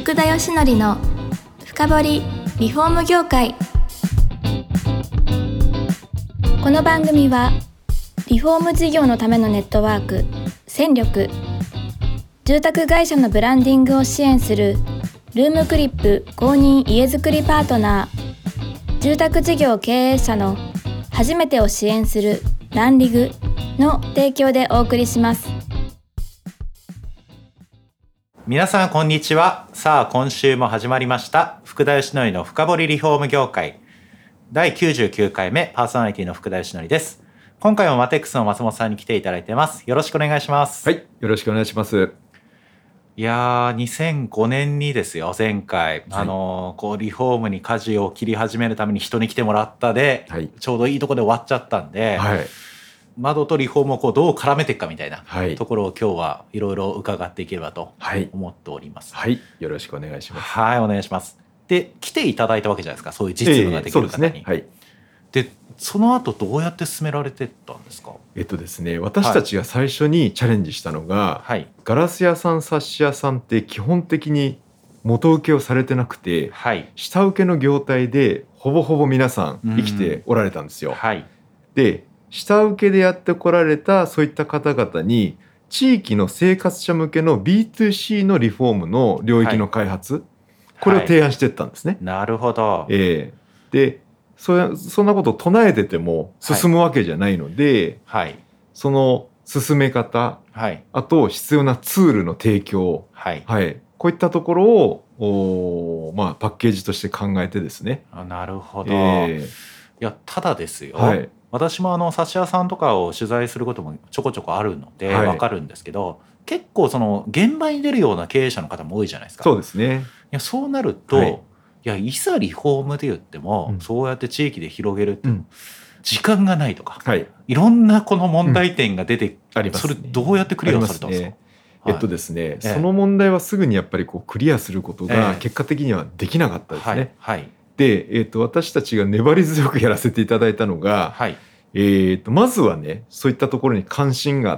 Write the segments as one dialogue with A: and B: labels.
A: 福田義則の深掘りリフォーム業界。この番組はリフォーム事業のためのネットワーク戦力、住宅会社のブランディングを支援するルームクリップ公認家づくりパートナー、住宅事業経営者の初めてを支援するランリグの提供でお送りします。
B: 皆さんこんにちは。さあ今週も始まりました福田義則の深掘りリフォーム業界第99回目、パーソナリティの福田義則です。今回もマテックスの松本さんに来ていただいてます。よろしくお願いします。
C: はい、よろしくお願いします。
B: いやー、2005年にですよ、前回、こうリフォームに舵を切り始めるために人に来てもらったで、
C: はい、
B: ちょうどいいところで終わっちゃったんで、
C: はい、
B: 窓とリフォームをこうどう絡めていくかみたいな
C: はい
B: ところを今日はいろいろ伺っていければと思っております。
C: はい、よろしくお願いします。
B: はい、お願いします。で、来ていただいたわけじゃないですか、そういう実務ができる方に。
C: そうですね。はい。
B: で、その後どうやって進められてったんですか？
C: ですね、私たちが最初にチャレンジしたのが、
B: はい、
C: ガラス屋さん、サッシ屋さんって基本的に元請けをされてなくて、
B: はい、
C: 下請けの業態でほぼほぼ皆さん生きておられたんですよ。
B: はい、
C: で、下請けでやってこられたそういった方々に地域の生活者向けの B2C のリフォームの領域の開発、これを提案していったんですね。
B: なるほど。
C: でそんなことを唱えてても進むわけじゃないので、
B: はい、
C: その進め方、
B: はい、
C: あと必要なツールの提供、
B: はい
C: はい、こういったところをパッケージとして考えてですね。
B: なるほど。いや、ただですよ、
C: はい、
B: 私もサッシ屋さんとかを取材することもちょこちょこあるので分かるんですけど、結構その現場に出るような経営者の方も多いじゃないですか。
C: そうですね。
B: いや、そうなると、いざリフォームで言っても、そうやって地域で広げるって、時間がないとか、いろんなこの問題点が出て、
C: ありますね。
B: それどうやってクリアされたんですか？
C: ですね、その問題はすぐにやっぱりクリアすることが結果的にはできなかったですね。で、私たちが粘り強くやらせていただいたのが、まずはね、そういったところに関心があって、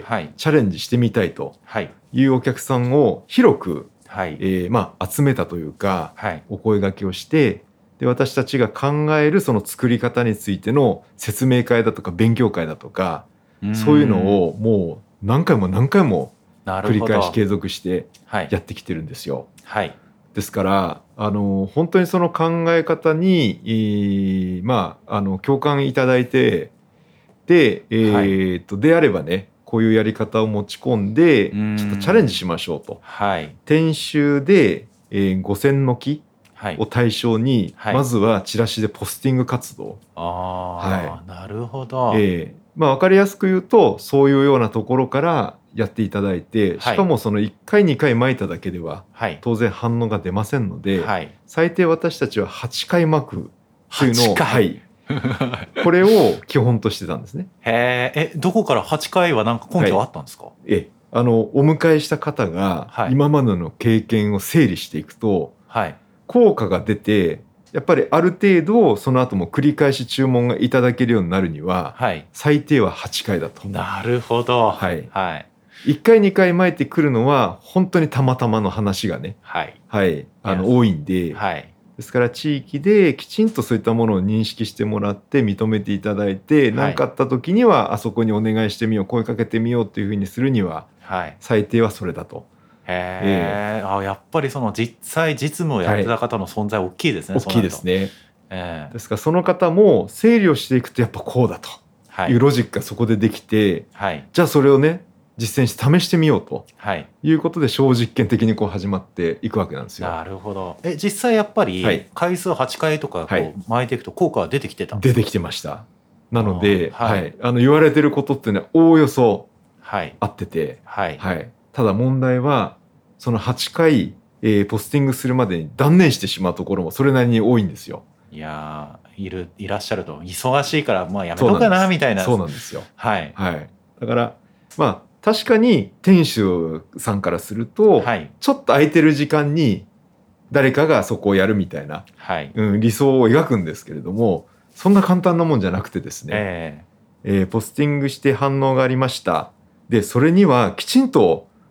C: チャレンジしてみたいというお客さんを広く、集めたというか、お声掛けをして、で私たちが考えるその作り方についての説明会だとか勉強会だとか、そういうのをもう何回も何回も繰り返し継続してやってきてるんですよ。ですから本当にその考え方に、共感いただいて、で、であればね、こういうやり方を持ち込んでちょっとチャレンジしましょうと。店収で、5000の木を対象に、まずはチラシでポスティング活動。
B: なるほど。
C: 分かりやすく言うとそういうようなところからやっていただいて、しかもその1回2回撒いただけでは当然反応が出ませんので、最低私たちは8回撒くというのを、これを基本としてたんですね。
B: どこから8回は何か根拠はあったんですか？
C: お迎えした方が今までの経験を整理していくと、効果が出て、やっぱりある程度その後も繰り返し注文がいただけるようになるには、最低は8回だと。
B: なるほど。
C: 1回2回撒いてくるのは本当にたまたまの話がね、多いんで、ですから地域できちんとそういったものを認識してもらって認めていただいて、何かあった時にはあそこにお願いしてみよう、声かけてみようっていうふうにするには、最低はそれだと。
B: やっぱりその実際実務をやってた方の存在大きいですね。
C: 大きいですね。ですからその方も整理をしていくとやっぱこうだというロジックがそこでできて、じゃあそれをね実践して試してみようということで小実験的に始まっていくわけなんですよ。
B: なるほど。実際やっぱり回数8回とか巻いていくと効果は出てきてたんですか？
C: 出てきてました。なので、言われてることっていうのはおおよそ合ってて、ただ問題はその8回、ポスティングするまでに断念してしまうところもそれなりに多いんですよ。
B: いらっしゃると忙しいからやめとくかなみたいな。
C: そうなんですよ。だから確かに店主さんからすると、ちょっと空いてる時間に誰かがそこをやるみたいな、理想を描くんですけれども、そんな簡単なもんじゃなくてですね、ポスティングして反応がありました。でそれにはきちんと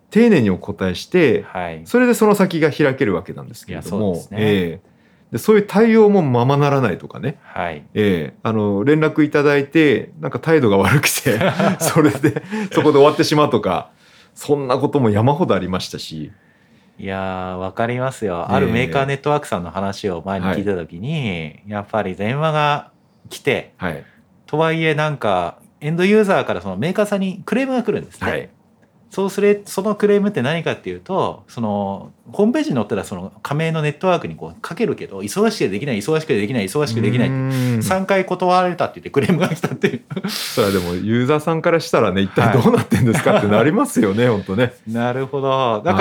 C: 丁寧にお答えして、
B: はい、
C: それでその先が開けるわけなんですけれども、
B: そうですね、
C: でそういう対応もままならないとかね、
B: はい、
C: 連絡いただいてなんか態度が悪くてそれでそこで終わってしまうとか、そんなことも山ほどありましたし。
B: いやーわかりますよ。あるメーカーネットワークさんの話を前に聞いた時に、やっぱり電話が来て、とはいえなんかエンドユーザーからそのメーカーさんにクレームが来るんですね。そのクレームって何かっていうと、そのホームページに載ったらその加盟のネットワークにこうかけるけど忙しくてできない忙しくてできない忙しくてできないって3回断られたって言ってクレームが来たっていう
C: それはでもユーザーさんからしたらね、一体どうなってんですかってなりますよね、本当ね。
B: なるほど。だから、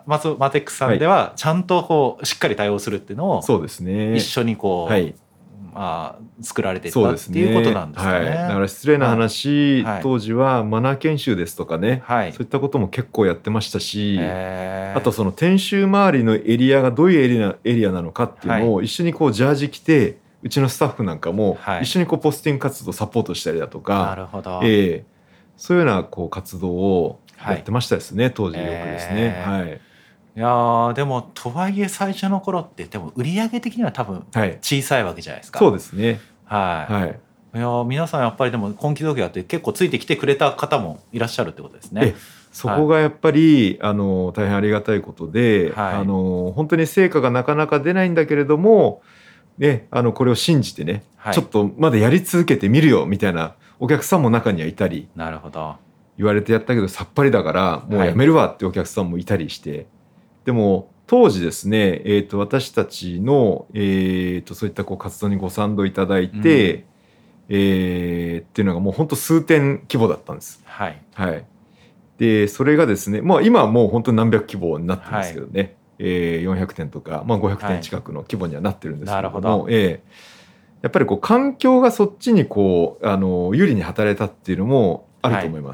B: マテックスさんではちゃんとこうしっかり対応するっていうのを
C: そうですね、
B: 一緒にこう、作られてたっていうことなんですね。
C: だから失礼な話、当時はマナー研修ですとかね、そういったことも結構やってましたし、あとその研修周りのエリアがどういうエリアなのかっていうのを一緒にこうジャージ着て、うちのスタッフなんかも一緒にこうポスティング活動をサポートしたりだとか、
B: なるほど、
C: そういうようなこう活動をやってましたですね、当時よくですね。
B: いやでもとはいえ最初の頃ってでも売上的には多分小さいわけじゃないですか。
C: そうですね。
B: いや皆さんやっぱりでも根気強くやって結構ついてきてくれた方もいらっしゃるってことですね。
C: そこがやっぱり大変ありがたいことで、本当に成果がなかなか出ないんだけれども、これを信じてね、ちょっとまだやり続けてみるよみたいなお客さんも中にはいたり、
B: なるほど、
C: 言われてやったけどさっぱりだからもうやめるわってお客さんもいたりして、でも当時ですね、私たちの、そういったこう活動にご賛同いただいて、っていうのがもう本当数点規模だったんです。でそれがですね、今はもう本当に何百規模になってますけどね、400点とか、500点近くの規模にはなってるんですけども、やっぱりこう環境がそっちにこう有利に働いたっていうのもあると思います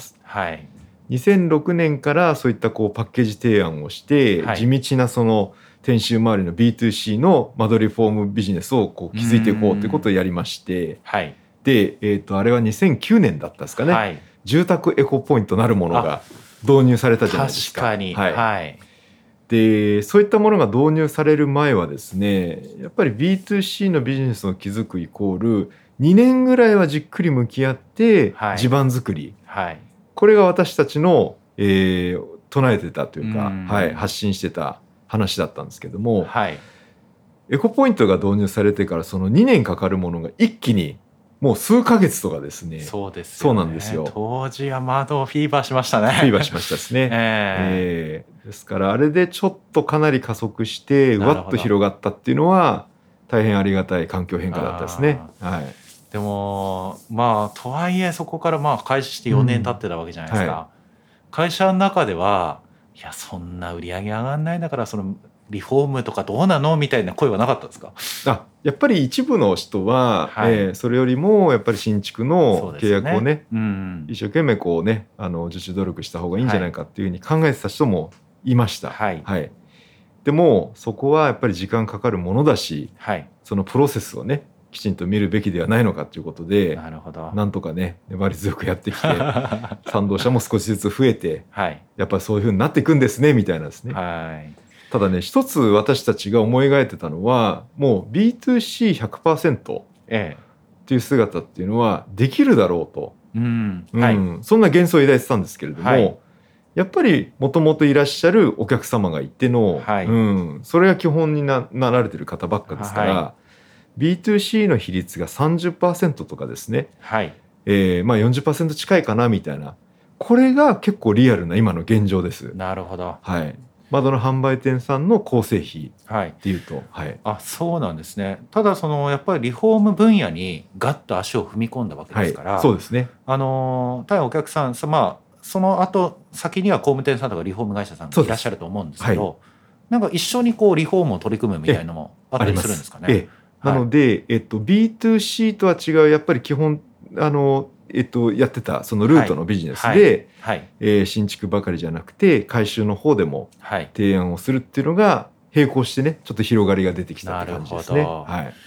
C: 。2006年からそういったこうパッケージ提案をして、地道なその研修周りの B2C の間取りフォームビジネスをこう築いていこうということをやりまして、で、あれは2009年だったですかね、住宅エコポイントなるものが導入されたじゃないですか。
B: 確かに、
C: でそういったものが導入される前はですね、やっぱり B2C のビジネスを築くイコール2年ぐらいはじっくり向き合って地盤作り、これが私たちの、唱えてたというか、発信してた話だったんですけども、エコポイントが導入されてからその2年かかるものが一気にもう数ヶ月とかですね。
B: そうですよね。そうなんですよ。当時はフィーバーしましたね。
C: フィーバーしましたですね。ですからあれでちょっとかなり加速してうわっと広がったっていうのは大変ありがたい環境変化だったですね。
B: でもとはいえそこから開始して4年経ってたわけじゃないですか。会社の中ではいやそんな売り上げ上がんないんだからそのリフォームとかどうなのみたいな声はなかったですか？
C: やっぱり一部の人は、それよりもやっぱり新築の契約をね、一生懸命こうね自主努力した方がいいんじゃないかっていうふうに考えてた人もいました。でもそこはやっぱり時間かかるものだし、そのプロセスをねきちんと見るべきではないのかということで、なんとかね粘り強くやってきて賛同者も少しずつ増えて、やっぱりそういうふうになっていくんですねみたいなですね。ただね一つ私たちが思い描いてたのはもう B2C100% っていう姿っていうのはできるだろうと、そんな幻想を抱いてたんですけれども、やっぱりもともといらっしゃるお客様がいての、それが基本に なられてる方ばっかですから、B2C の比率が 30% とかですね、40% 近いかなみたいな、これが結構リアルな今の現状です。
B: なるほど。
C: 窓の販売店さんの構成比っていうと、
B: そうなんですね。ただやっぱりリフォーム分野にガッと足を踏み込んだわけですから、
C: そうですね。
B: 対お客さんその後先には工務店さんとかリフォーム会社さんがいらっしゃると思うんですけど、なんか一緒にこうリフォームを取り組むみたいなのもあったりするんですかね。
C: なので、B2C とは違うやっぱり基本やってたそのルートのビジネスで、新築ばかりじゃなくて改修の方でも提案をするっていうのが並行してねちょっと広がりが出てきたって感じですね。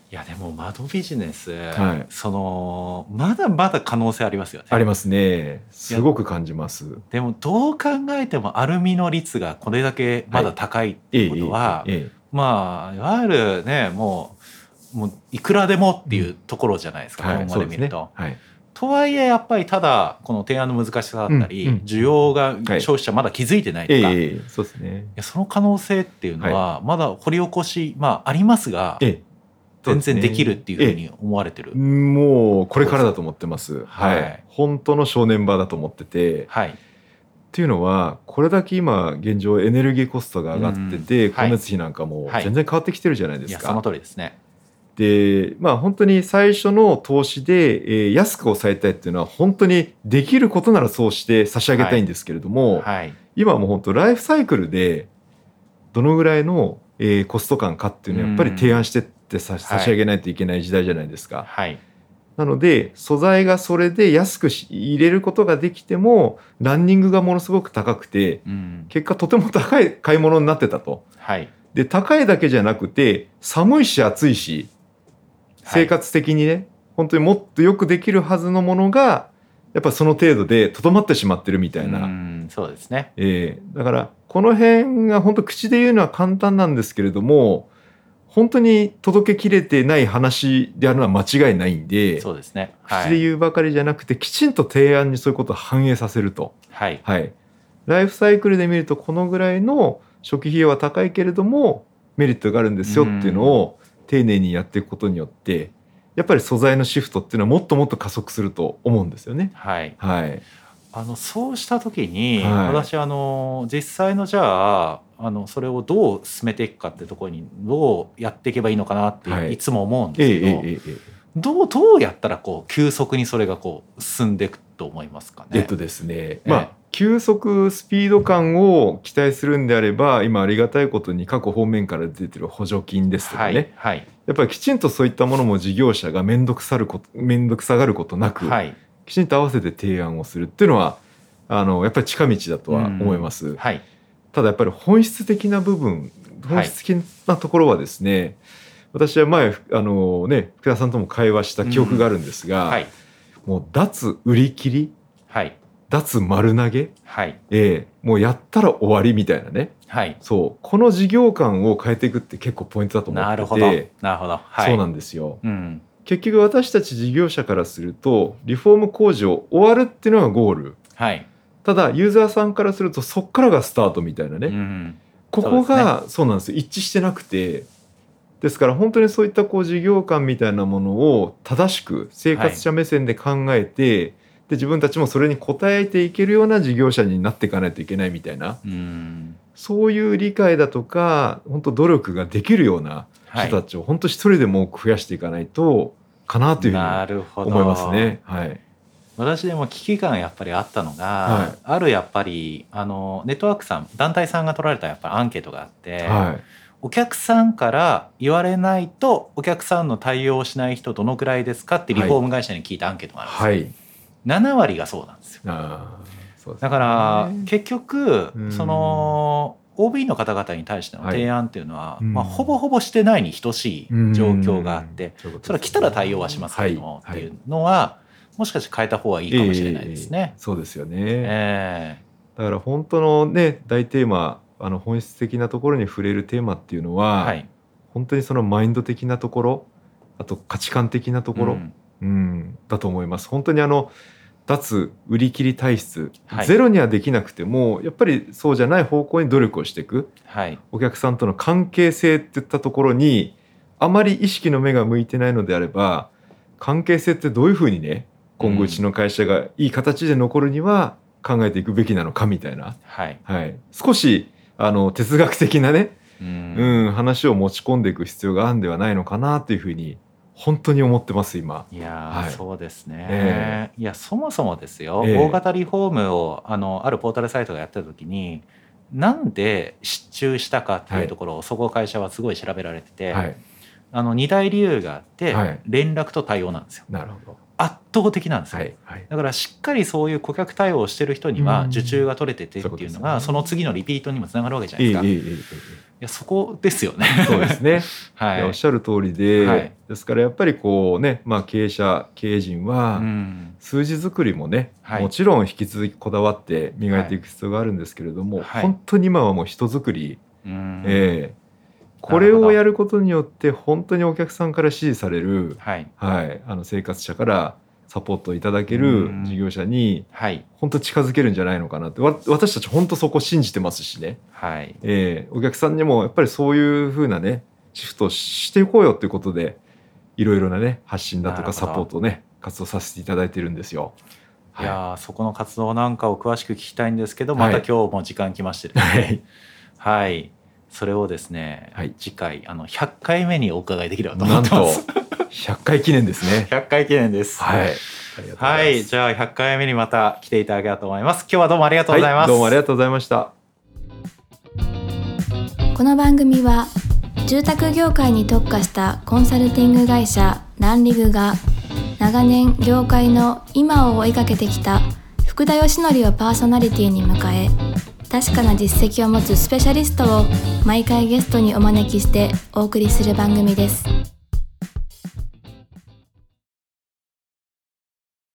B: いやでも窓ビジネス、まだまだ可能性ありますよね。
C: ありますね。すごく感じます。
B: でもどう考えてもアルミの率がこれだけまだ高いってことは、まあいわゆるねもういくらでもっていうところじゃないですか、今まで見ると。とはいえやっぱりただこの提案の難しさだったり、需要が消費者まだ気づいてないとか、
C: そうですね、
B: いやその可能性っていうのはまだ掘り起こし、ありますが、全然できるっていうふうに思われてる。
C: もうこれからだと思ってます。本当の正念場だと思ってて。っていうのはこれだけ今現状エネルギーコストが上がってて、光熱費なんかも全然変わってきてるじゃないですか。
B: いやその通りですね。
C: で本当に最初の投資で、安く抑えたいっていうのは本当にできることならそうして差し上げたいんですけれども、今はもう本当ライフサイクルでどのぐらいの、コスト感かっていうのをやっぱり提案してって差し上げないといけない時代じゃないですか。なので素材がそれで安く入れることができてもランニングがものすごく高くて、結果とても高い買い物になってたと。で高いだけじゃなくて寒いし暑いし生活的にね、本当にもっとよくできるはずのものがやっぱその程度でとどまってしまってるみたいな。
B: そうですね。
C: だからこの辺が本当口で言うのは簡単なんですけれども、本当に届けきれてない話であるのは間違いないんで、
B: そうですね。
C: 口で言うばかりじゃなくてきちんと提案にそういうことを反映させると。ライフサイクルで見るとこのぐらいの初期費用は高いけれどもメリットがあるんですよっていうのを丁寧にやっていくことによってやっぱり素材のシフトっていうのはもっともっと加速すると思うんですよね。
B: そうした時に、私実際のじゃあそれをどう進めていくかってところにどうやっていけばいいのかなっていつも思うんですけど、どうやったら急速にそれが進んでいくと思いますかね。
C: ですね、急速スピード感を期待するんであれば今ありがたいことに各方面から出てる補助金ですとかね、やっぱりきちんとそういったものも事業者が面倒くさがることなく、きちんと合わせて提案をするっていうのはやっぱり近道だとは思います。ただやっぱり本質的な部分、本質的なところはですね、私は前福田さんとも会話した記憶があるんですが、もう脱売り切り、脱丸投げ、もうやったら終わりみたいなね、そうこの事業観を変えていくって結構ポイントだと思ってて。なるほど、そうなんですよ。結局私たち事業者からするとリフォーム工事を終わるっていうのがゴール、ただユーザーさんからするとそっからがスタートみたいなね、ここがそうなんですよ、一致してなくて。ですから本当にそういった事業観みたいなものを正しく生活者目線で考えて、で自分たちもそれに応えていけるような事業者になっていかないといけないみたいな、そういう理解だとか本当努力ができるような人たちを本当一人でも多く増やしていかないとかなというふうに思いますね。
B: 私でも危機感やっぱりあったのが、あるやっぱりネットワークさん団体さんが取られたやっぱりアンケートがあって、お客さんから言われないとお客さんの対応をしない人どのくらいですかってリフォーム会社に聞いたアンケートがあるんですよ。7割がそうなんですよ。だから結局その OB の方々に対しての提案っていうのは、ほぼほぼしてないに等しい状況があって、それは来たら対応はしますけどもっていうのはもしかして変えた方がいいかもしれないですね。
C: そうですよね。だから本当のね大テーマ、本質的なところに触れるテーマっていうのは、本当にそのマインド的なところ、あと価値観的なところ、だと思います。本当に脱売り切り体質、ゼロにはできなくてもやっぱりそうじゃない方向に努力をしていく、お客さんとの関係性っていったところにあまり意識の目が向いてないのであれば、関係性ってどういうふうにね今後うちの会社がいい形で残るには考えていくべきなのかみたいな、少し哲学的なね、話を持ち込んでいく必要があるんではないのかなというふうに本当に思ってます今。
B: いや、そうですね。いやそもそもですよ、大型リフォームをあるポータルサイトがやってた時になんで失注したかっていうところをそこ会社はすごい調べられてて、2大理由があって、連絡と対応なんですよ。
C: なるほど。
B: 圧倒的なんですよ。だからしっかりそういう顧客対応をしてる人には受注が取れててっていうのがその次のリピートにもつながるわけじゃないですか。 やそこですよね。
C: そうですね、
B: はい、
C: おっしゃる通りで、はい、ですからやっぱりこうね、経営陣は数字作りもね、もちろん引き続きこだわって磨いていく必要があるんですけれども、本当に今はもう人作り、これをやることによって本当にお客さんから支持される、生活者からサポートいただける事業者に本当近づけるんじゃないのかなって、私たち本当そこ信じてますしね、お客さんにもやっぱりそういう風なねシフトしていこうよということでいろいろなね発信だとかサポートをね活動させていただいてるんですよ。
B: いやそこの活動なんかを詳しく聞きたいんですけど、また今日も時間来ましてですね、はい、それをですね、次回100回目にお伺いできればと思ってます。
C: なんと100回記念ですね。
B: 100回記念です。はい、じゃあ100回目にまた来ていただければと思います。今日はどうもありがとうございます。
C: どうもありがとうございました。
A: この番組は住宅業界に特化したコンサルティング会社ランリグが長年業界の今を追いかけてきた福田義則をパーソナリティに迎え、確かな実績を持つスペシャリストを毎回ゲストにお招きしてお送りする番組です。